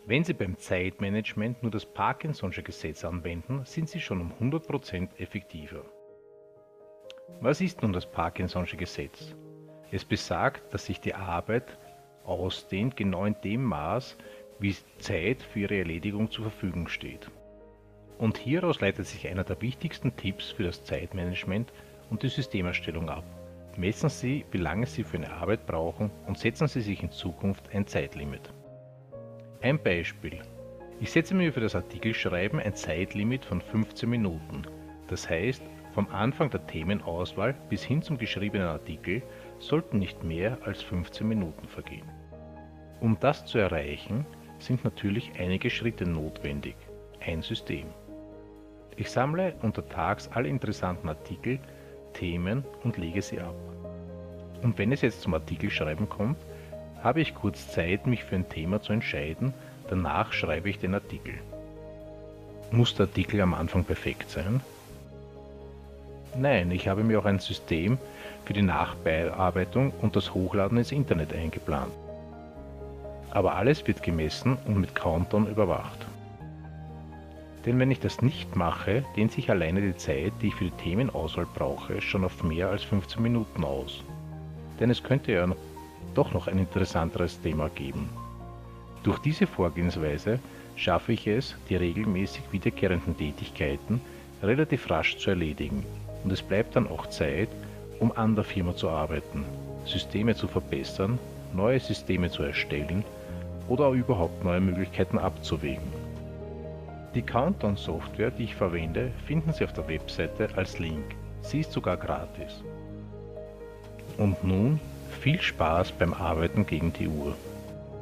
Wenn Sie beim Zeitmanagement nur das Parkinson'sche Gesetz anwenden, sind Sie schon um 100% effektiver. Was ist nun das Parkinson'sche Gesetz? Es besagt, dass sich die Arbeit ausdehnt genau in dem Maß, wie Zeit für ihre Erledigung zur Verfügung steht. Und hieraus leitet sich einer der wichtigsten Tipps für das Zeitmanagement und die Systemerstellung ab. Messen Sie, wie lange Sie für eine Arbeit brauchen und setzen Sie sich in Zukunft ein Zeitlimit. Ein Beispiel. Ich setze mir für das Artikelschreiben ein Zeitlimit von 15 Minuten. Das heißt, vom Anfang der Themenauswahl bis hin zum geschriebenen Artikel sollten nicht mehr als 15 Minuten vergehen. Um das zu erreichen, sind natürlich einige Schritte notwendig. Ein System. Ich sammle untertags alle interessanten Artikel, Themen und lege sie ab. Und wenn es jetzt zum Artikelschreiben kommt, habe ich kurz Zeit, mich für ein Thema zu entscheiden, danach schreibe ich den Artikel. Muss der Artikel am Anfang perfekt sein? Nein, ich habe mir auch ein System für die Nachbearbeitung und das Hochladen ins Internet eingeplant. Aber alles wird gemessen und mit Countdown überwacht. Denn wenn ich das nicht mache, dehnt sich alleine die Zeit, die ich für die Themenauswahl brauche, schon auf mehr als 15 Minuten aus. Denn es könnte ja doch noch ein interessanteres Thema geben. Durch diese Vorgehensweise schaffe ich es, die regelmäßig wiederkehrenden Tätigkeiten relativ rasch zu erledigen und es bleibt dann auch Zeit, um an der Firma zu arbeiten, Systeme zu verbessern, neue Systeme zu erstellen oder überhaupt neue Möglichkeiten abzuwägen. Die Countdown-Software, die ich verwende, finden Sie auf der Webseite als Link. Sie ist sogar gratis. Und nun viel Spaß beim Arbeiten gegen die Uhr.